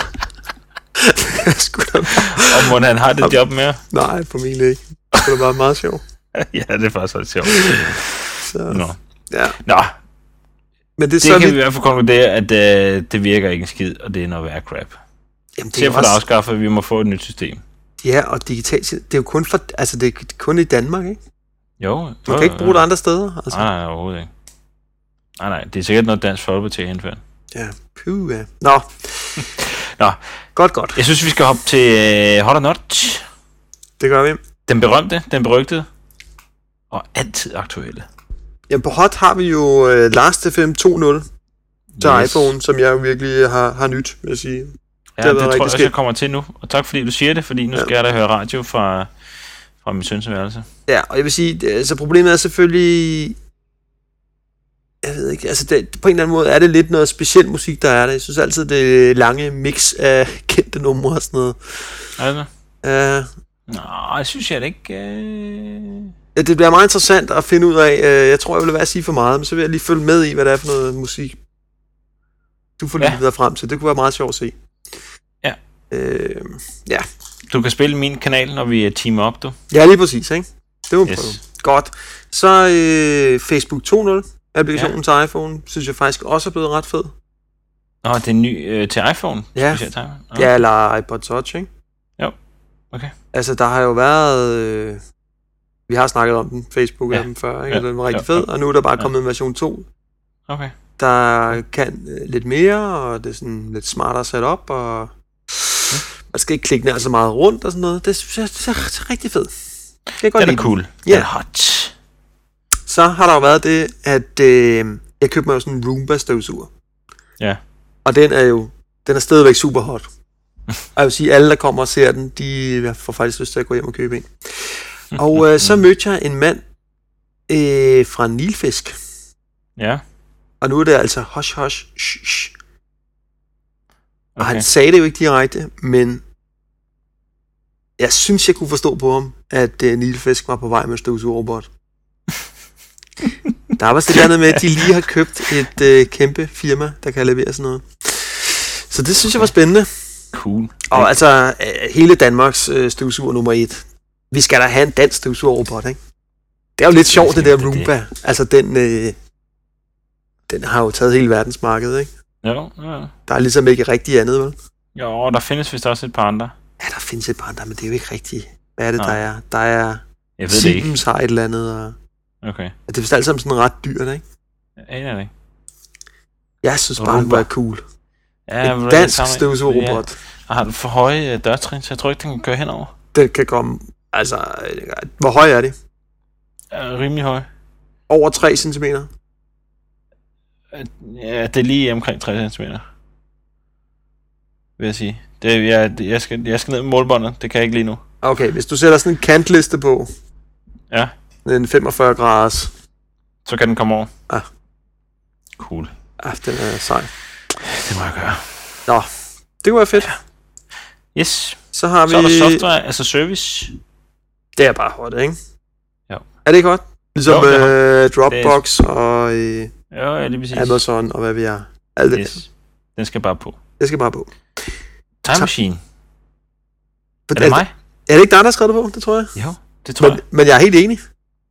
A: Og må han har det job mere?
B: Nej, formentlig ikke. Det var bare meget sjovt.
A: Ja, det er faktisk også sjovt.
B: Så...
A: Nå.
B: Ja. Men det
A: kan vi i hvert fald konkludere, at det virker ikke en skid, og det er noget værd crap.
B: Jamen,
A: det er for at afskaffe, at vi må få et nyt system.
B: Ja, og digitalt, det er jo kun for, altså det er kun i Danmark, ikke?
A: Jo.
B: Du kan ikke bruge det andre steder, altså.
A: Nej, overhovedet ikke. Nej, det er sikkert noget Dansk Folkeparti at indføre.
B: Ja, puha. Nå. Godt.
A: Jeg synes, vi skal hoppe til Hot or Not.
B: Det gør vi.
A: Den berømte, den berygtede, og altid aktuelle.
B: Jamen på Hot har vi jo Last.fm 2.0 til iPhone, som jeg jo virkelig har nyt, vil jeg sige.
A: Ja, det tror jeg også, jeg kommer til nu. Og tak fordi du siger det, fordi nu skal jeg da høre radio fra min søns værelse. Ja,
B: og jeg vil sige, så problemet er selvfølgelig... Jeg ved ikke, altså på en eller anden måde er det lidt noget speciel musik, der er der. Jeg synes altid, det lange mix af kendte numre og sådan noget.
A: Altså? Nå, jeg synes jeg det ikke...
B: Ja, det bliver meget interessant at finde ud af. Jeg tror, jeg vil være at sige for meget, men så vil jeg lige følge med i, hvad det er for noget musik, du får lige videre frem til. Det kunne være meget sjovt at se.
A: Ja.
B: Ja.
A: Du kan spille min kanal, når vi teamer op, du.
B: Ja, lige præcis, ikke? Det må vi prøve. Godt. Så Facebook 2.0. Applikationen til iPhone, synes jeg faktisk også er blevet ret fed.
A: Nå, det er ny til iPhone?
B: Ja. Ja, eller iPod Touch, ikke?
A: Jo, okay.
B: Altså, der har jo været... vi har snakket om den, Facebook af den før, ikke? Den var rigtig fed, og nu er der bare kommet en version 2.
A: Okay.
B: der kan lidt mere, og det er sådan lidt smartere sat op, og man skal ikke klikke ned så meget rundt og sådan noget. Det synes jeg er rigtig fedt.
A: Det er cool.
B: Ja.
A: Det er hot.
B: Så har der jo været det, at jeg købte mig jo sådan en Roomba-støvsuger.
A: Ja.
B: Og den er stadigvæk super hot. Og jeg vil sige, at alle, der kommer og ser den, de får faktisk lyst til at gå hjem og købe en. Og så mødte jeg en mand fra Nilfisk.
A: Ja.
B: Og nu er det altså hush, hush, shh. Og
A: Okay.
B: han sagde det jo ikke direkte, men jeg synes, jeg kunne forstå på ham, at Nilfisk var på vej med en støvsugerrobot. Der var sådan noget med, at de lige har købt et kæmpe firma, der kan levere sådan noget. Så det synes jeg var spændende.
A: Cool.
B: Og altså, hele Danmarks støvsuger nummer 1. Vi skal da have en dansk støvsugerrobot, ikke? Det er jo lidt sjovt, det der Roomba. Altså, den har jo taget hele verdensmarkedet, ikke?
A: Jo.
B: Der er ligesom ikke rigtig andet, vel?
A: Jo, der findes vist også et par andre.
B: Ja, der findes et par andre, men det er jo ikke rigtigt. Hvad er det,
A: Nej.
B: der er? Der er
A: Jeg ved det ikke.
B: Siemens har et eller andet, og
A: Okay.
B: det er vist alt sammen sådan ret dyrt, ikke?
A: Jeg aner det ikke.
B: Jeg synes bare,
A: Roomba.
B: det var cool.
A: Ja,
B: En dansk støvsugerrobot.
A: Ja. Har den for høje dørtrin, så jeg tror ikke, den kan køre henover.
B: Den kan komme, altså, hvor høj er det?
A: Rimelig høj.
B: Over 3 cm.
A: Ja, det er lige omkring 3 cm. Vil jeg sige. Jeg skal ned med målbåndet, det kan jeg ikke lige nu.
B: Okay, hvis du sætter sådan en kantliste på,
A: Ja,
B: en 45 graders,
A: så kan den komme over.
B: Ah.
A: Cool.
B: den er sej.
A: Det må jeg gøre.
B: Nå, det var fedt.
A: Yes.
B: Så har vi...
A: Så er der software, altså service.
B: Det er bare hot, ikke?
A: Ja.
B: Er det ikke hot? Ligesom
A: Jo, det er
B: Dropbox og
A: Ja, lige præcis.
B: Amazon og hvad vi er. Alt det.
A: Yes. Den skal bare på.
B: Det skal bare på.
A: Time Machine.
B: Er
A: Er det mig?
B: Er det ikke dig, der har skrevet det på? Det tror jeg.
A: Jo, det tror jeg.
B: Men jeg er helt enig.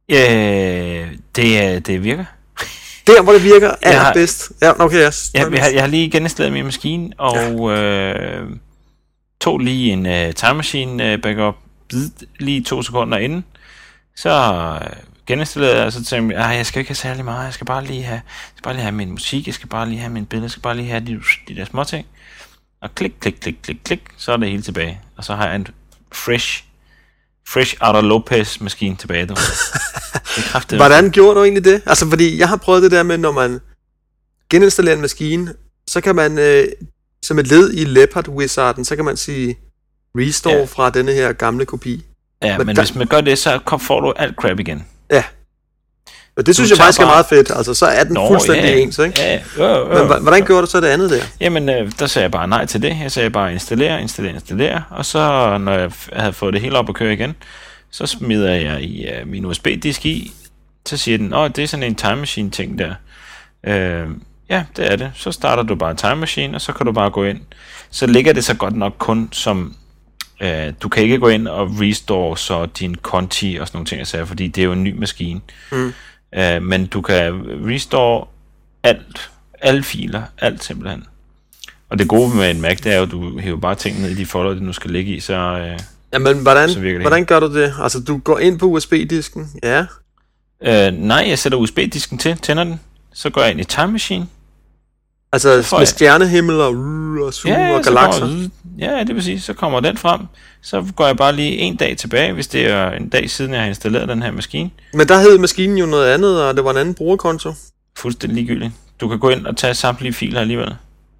A: Det virker.
B: Der, hvor det virker allerbedst. Ja, okay, yes.
A: Jeg har lige geninstalleret min maskine, og tog lige en Time Machine backup lige 2 sekunder inden. Så geninstallerede jeg, så tænkte jeg skal ikke have særlig meget, jeg skal bare lige have min musik, jeg skal bare lige have min billede, jeg skal bare lige have de der små ting. Og klik, så er det hele tilbage. Og så har jeg en fresh Outer Lopez maskine tilbage. Det er kraftigt.
B: Hvordan gjorde du egentlig det? Altså, fordi jeg har prøvet det der med, når man geninstallerer en maskine, så kan man, som et led i Leopard Wizarden, så kan man sige restore fra denne her gamle kopi.
A: Ja, men hvis man gør det, så får du alt crap igen.
B: Ja. Og det synes jeg faktisk er meget fedt. Altså, så er den fuldstændig ens, ikke?
A: Ja.
B: Men hvordan gjorde du så det andet der?
A: Jamen, der sagde jeg bare nej til det. Jeg sagde bare installere. Og så, når jeg havde fået det hele op at køre igen, så smider jeg i min USB-disk i. Så siger den, det er sådan en Time Machine ting der. Ja, det er det. Så starter du bare Time Machine, og så kan du bare gå ind. Så ligger det så godt nok kun som... du kan ikke gå ind og restore så din konti og sådan nogle ting, jeg sagde, fordi det er jo en ny maskine. Men du kan restore alt, alle filer, alt simpelthen. Og det gode med en Mac, det er jo, at du hæver bare tingene ned i de folder, det nu skal ligge i, så
B: jamen, hvordan gør du det? Altså, du går ind på USB-disken, ja.
A: Nej, jeg sætter USB-disken til, tænder den, så går jeg ind i Time Machine.
B: Altså med stjernehimmel og zoom og galakser?
A: Ja, det vil sige, så kommer den frem. Så går jeg bare lige en dag tilbage, hvis det er en dag siden, jeg har installeret den her maskine.
B: Men der hed maskinen jo noget andet, og det var en anden brugerkonto.
A: Fuldstændig ligegyldigt. Du kan gå ind og tage samtlige filer alligevel.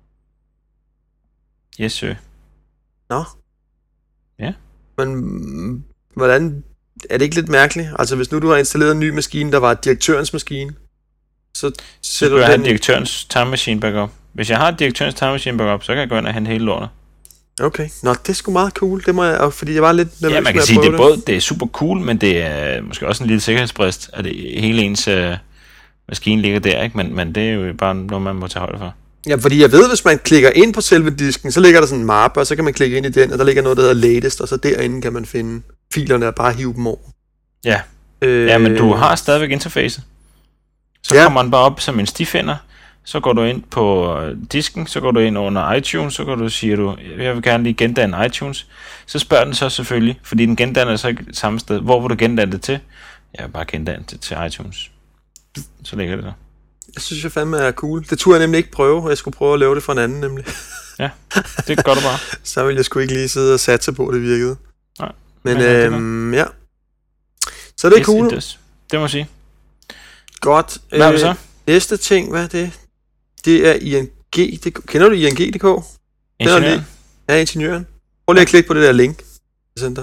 A: Yes, sir.
B: Nå.
A: Ja.
B: Men hvordan... Er det ikke lidt mærkeligt? Altså, hvis nu du har installeret en ny maskine, der var direktørens maskine, så
A: sætter du have direktørens Time Machine backup. Hvis jeg har direktørens Time Machine backup, så kan jeg gå ind og hente hele lortet.
B: Okay. Nå, det er sgu meget cool. Det må jeg, fordi jeg var lidt...
A: Ja, man kan sige, det er super cool, men det er måske også en lille sikkerhedsbrist, at det hele ens maskine ligger der, ikke? Men det er jo bare noget, man må tage højde for.
B: Ja, fordi jeg ved, hvis man klikker ind på selve disken, så ligger der sådan en mappe, og så kan man klikke ind i den, og der ligger noget, der hedder latest, og så derinde kan man finde filerne og bare hive dem over.
A: Ja. Ja, men du har stadigvæk interfacet. Så kommer den bare op som en stifinder, så går du ind på disken, så går du ind under iTunes, så går du og siger, jeg vil gerne lige gendanne iTunes. Så spørger den så selvfølgelig, fordi den gendanner så ikke samme sted. Hvor vil du gendanne det til? Jeg vil bare gendanne det til iTunes. Så ligger det der.
B: Det synes jeg fandme er cool. Det turde jeg nemlig ikke prøve, og jeg skulle prøve at lave det for en anden nemlig.
A: Ja, det gør du bare.
B: Så ville jeg sgu ikke lige sidde og satse på, at det virkede.
A: Nej.
B: Men ja. Så det er cool.
A: Det må jeg sige.
B: Godt.
A: Hvad er det så?
B: Næste ting, hvad er det? Det er ING. Kender du ING.dk?
A: Ingeniøren?
B: Ja, ingeniøren. Prøv lige at klikke på det der link.
A: Ja.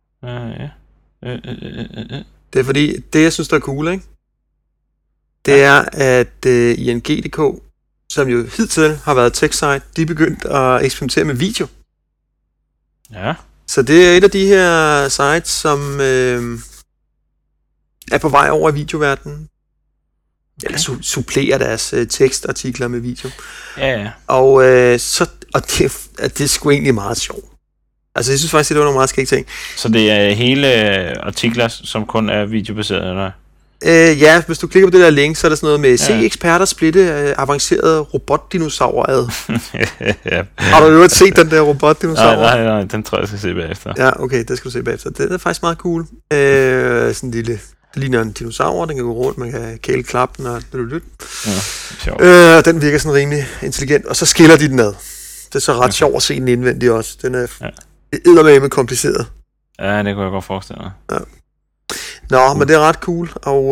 B: Det er fordi, det jeg synes, der er cool, ikke? Det er, at ING.dk, som jo hidtil har været tech-site, de er begyndt at eksperimentere med video.
A: Ja.
B: Så det er et af de her sites, som er på vej over i videoverdenen. Okay. Eller supplerer deres tekstartikler med video.
A: Ja.
B: Og det er sgu egentlig meget sjovt. Altså, jeg synes faktisk, det var nogle meget skægge ting.
A: Så det er hele artikler, som kun er videobaseret, eller?
B: Ja, hvis du klikker på det der link, så er der sådan noget med se eksperter splitte avancerede robotdinosaurer ad.
A: Ja.
B: Har du jo ikke set den der robotdinosaur?
A: Nej, den tror jeg skal se bagefter.
B: Ja, okay, det skal du se bagefter. Det er faktisk meget cool. Sådan en lille, det ligner en dinosaur, den kan gå rundt, man kan kæle klappen og
A: sjovt.
B: den virker sådan rimelig intelligent, og så skiller de den ad. Det er så ret sjovt at se den indvendigt også. Den er eddermame kompliceret.
A: Ja, det kunne jeg godt forestille mig.
B: Ja. Nå, men det er ret cool, og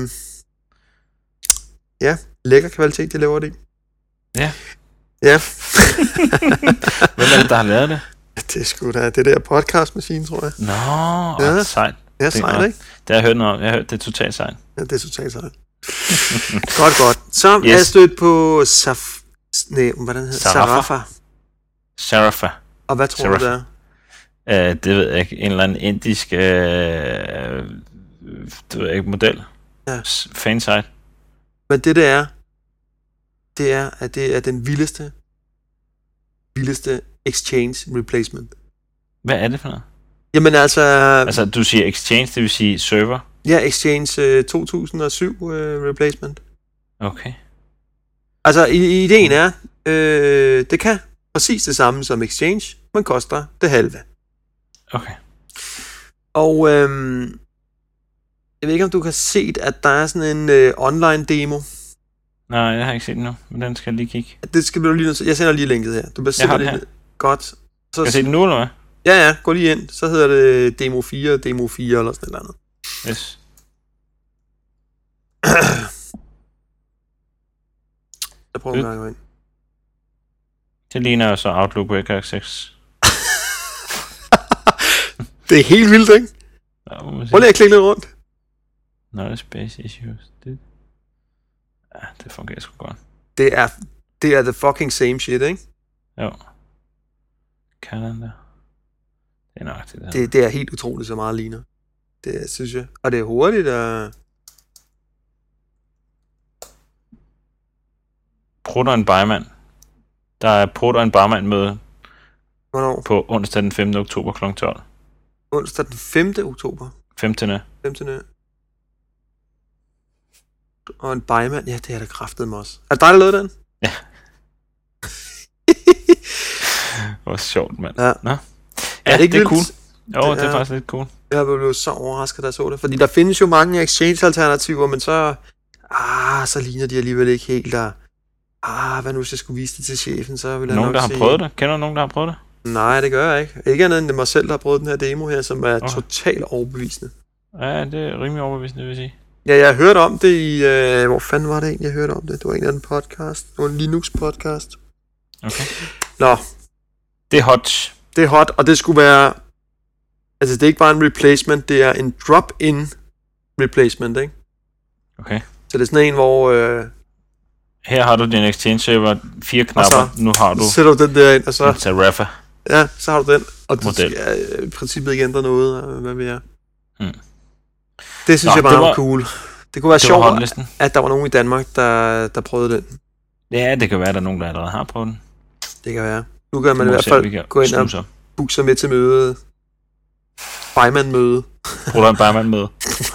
B: ja, lækker kvalitet, de laver det i.
A: Ja.
B: Ja.
A: Hvem er det, der har lavet det?
B: Det er sgu da det der podcastmaskine, tror jeg.
A: Nå, sejt.
B: Ja, sejt, ikke?
A: Det har jeg hørt noget om. Jeg har hørt, det er totalt sejt.
B: Ja, det er totalt sejt. Godt. Så er jeg stødt på hvordan hedder
A: Sarafa.
B: Og hvad tror du, det er?
A: Det ved jeg ikke. En eller anden indisk det ved jeg ikke, model.
B: Ja.
A: Fansite.
B: Men det er, at det er den vildeste exchange replacement.
A: Hvad er det for noget?
B: Jamen altså,
A: du siger exchange, det vil sige server?
B: Ja, exchange 2007 replacement.
A: Okay.
B: Altså, ideen er, det kan præcis det samme som exchange, men koster det halve.
A: Okay.
B: Og jeg ved ikke, om du har set, at der er sådan en online demo.
A: Nej, jeg har ikke set den nu, men den skal jeg lige kigge.
B: Det skal du lige. Jeg sender lige linket her. Du bare
A: jeg har det her.
B: Godt. Så
A: skal jeg se den nu, eller hvad?
B: Ja, gå lige ind. Så hedder det demo 4, demo 4 eller sådan noget andet.
A: Yes.
B: Jeg prøver en gang ind.
A: Det ligner jo så Outlook Record 6.
B: Det er helt vildt, ikke?
A: Ja,
B: prøv lige at klikke lidt rundt.
A: Not space issues. Det fungerer sgu godt.
B: Det er the fucking same shit, ikke?
A: Jo. Calendar. Det er nok det.
B: Det er helt utroligt, så meget ligner. Det synes jeg. Og det er hurtigt at...
A: Prutter en barmand. Der er Prutter en barmand møde.
B: Hvornår?
A: På onsdag den 5. oktober kl. 12.
B: Onsdag den 5. oktober?
A: 15.
B: Og en barmand, ja, det er da kraftedeme også. Er det dig, der lavede den?
A: Ja. Hvor sjovt, mand.
B: Ja.
A: Nå.
B: Ja, det er
A: cool. Jo, det er faktisk lidt cool.
B: Jeg blev så overrasket, da jeg så det. Fordi der findes jo mange exchange-alternativer, men så ligner de alligevel ikke helt der. Hvad nu, hvis jeg skulle vise det til chefen, så vil jeg
A: nogen,
B: nok
A: der har prøvet det? Kender du nogen, der har prøvet det?
B: Nej, det gør jeg ikke. Ikke andet end mig selv, der har prøvet den her demo her, som er totalt overbevisende.
A: Ja, det er rimelig overbevisende, vil jeg sige.
B: Ja, jeg hørte om det i... hvor fanden var det egentlig, jeg hørte om det? Det var en eller anden podcast. Det var en Linux-podcast.
A: Okay.
B: Nå.
A: Det er hot.
B: Det er hot, og det skulle være... Altså, det er ikke bare en replacement, det er en drop-in replacement, ikke?
A: Okay.
B: Så det er sådan en, hvor...
A: Her har du din Exchange server, 4 knapper, nu har du...
B: Så sætter du den der ind, og så...
A: Sarafa.
B: Ja, så har du den, og du
A: model.
B: skal i princippet ikke ændre noget, hvad vi er. Det synes jeg bare var cool. Det kunne være sjovt, at der var nogen i Danmark, der prøvede den.
A: Ja, det kan være, at der er nogen, der allerede har prøvet den.
B: Det kan være. Nu kan man i hvert fald gå ind og booke sig med til møde. Bejman-møde.
A: Bruger en Bejman-møde.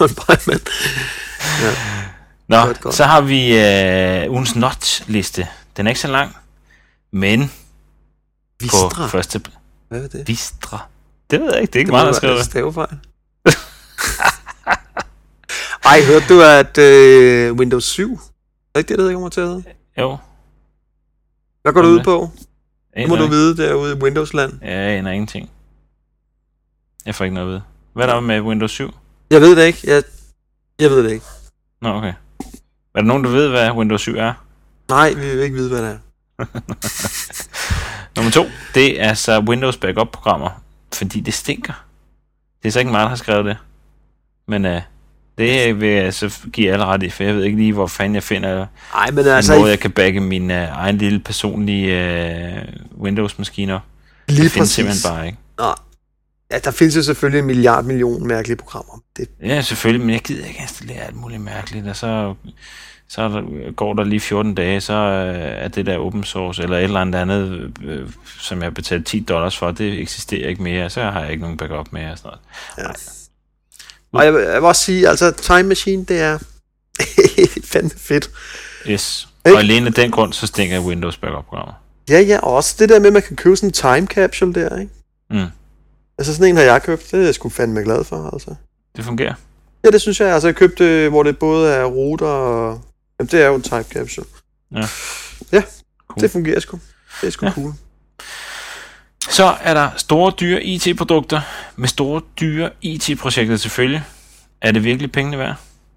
B: Ja.
A: Nå, så har vi ugens not-liste. Den er ikke så lang, men
B: Vistra.
A: På første...
B: Hvad er det?
A: Vistra. Det ved jeg ikke, det er ikke meget, der skriver det.
B: Stavefejl. Ej, hørte du, at Windows 7 det ikke det, der kommer til at hedde?
A: Jo.
B: Hvad går du ud på?
A: Det
B: må du vide derude i Windows-land.
A: Ja, jeg aner ingenting. Jeg får ikke noget at vide. Hvad er der med Windows 7?
B: Jeg ved det ikke. Jeg ved det ikke.
A: Nå, okay. Er der nogen, der ved, hvad Windows 7 er?
B: Nej, vi vil ikke vide, hvad det er.
A: Nummer 2, det er så Windows Backup-programmer, fordi det stinker. Det er så ikke mig, der har skrevet det. Men det vil jeg så give alle ret i, for jeg ved ikke lige, hvor fanden jeg finder en måde, jeg kan backe min egen lille personlige Windows-maskiner.
B: Lige
A: det findes simpelthen bare ikke.
B: Nå. Ja, der findes jo selvfølgelig en million mærkelige programmer.
A: Ja, selvfølgelig, men jeg gider ikke installere alt muligt mærkeligt, og så går der lige 14 dage, så er det der open source, eller et eller andet, som jeg betalte $10 for, det eksisterer ikke mere, så har jeg ikke nogen backup mere og sådan noget.
B: Ja. Og jeg vil også sige, altså Time Machine, det er fandme fedt.
A: Yes, og alene af den grund, så stinker jeg Windows Backup-programmer.
B: Ja, og også det der med, at man kan købe sådan en time capsule der, ikke?
A: Mm.
B: Altså sådan en har jeg købt, det er jeg sgu fandme glad for, altså.
A: Det fungerer?
B: Ja, det synes jeg. Altså jeg købte, hvor det både er router og... Jamen, det er jo en time capsule. Ja, cool. Det fungerer sgu. Det er sgu cool.
A: Så er der store, dyre IT-produkter med store, dyre IT-projekter selvfølgelig. Er det virkelig pengene værd?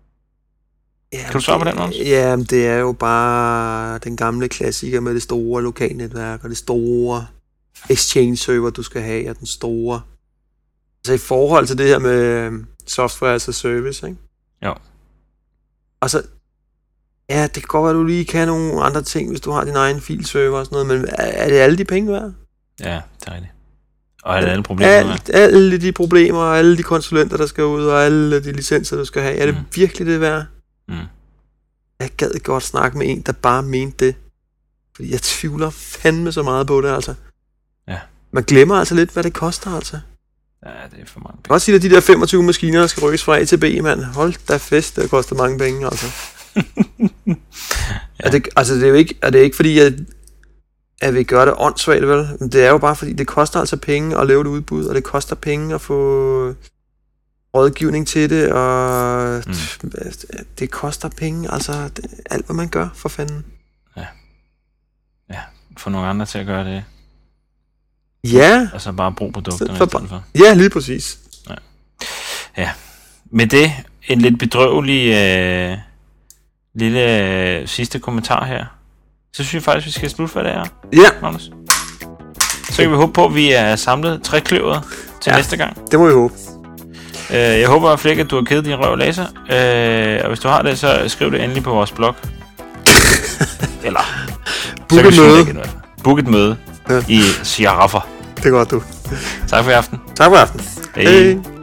B: Ja,
A: kan du svare på den, Magnus?
B: Ja, det er jo bare den gamle klassiker med det store lokalnetværk og det store Exchange-server, du skal have, og den store... Altså i forhold til det her med software as a service, ikke?
A: Jo.
B: Altså, ja, det kan godt være, at du lige kan nogle andre ting, hvis du har din egen filserver og sådan noget, men er det alle de penge værd?
A: Ja, det er rigtigt. Og er det alle problemer?
B: Alle de problemer, og alle de konsulenter, der skal ud, og alle de licenser, du skal have, er det virkelig det værd?
A: Mm.
B: Jeg gad godt snakke med en, der bare mente det. Fordi jeg tvivler fandme så meget på det, altså.
A: Ja.
B: Man glemmer altså lidt, hvad det koster, altså.
A: Ja, det er for mange penge.
B: Jeg kan også sige, at de der 25 maskiner, der skal rykkes fra A til B, mand. Hold da fest, det koster mange penge, altså. Ja. Det er jo ikke, fordi, at vi gør det åndssvagt, vel? Men det er jo bare fordi, det koster altså penge at lave et udbud, og det koster penge at få rådgivning til det, og det koster penge, altså alt, hvad man gør, for fanden.
A: Ja, få nogle andre til at gøre det.
B: Ja.
A: Og så bare bruge produkterne i stedet for.
B: Ja, lige præcis.
A: Ja. Med det, en lidt bedrøvelig lille sidste kommentar her. Så synes jeg faktisk, vi skal slutte, hvad det er.
B: Ja.
A: Magnus. Så kan vi håbe på, at vi er samlet trekløveret til næste gang.
B: Det må vi håbe.
A: Jeg håber at flere, at du har kedet din røv læser. Og hvis du har det, så skriv det endelig på vores blog. Eller book et møde i Giraffer.
B: Det er godt, du.
A: Tak for i aften.
B: Tak for i aften.
A: Hej.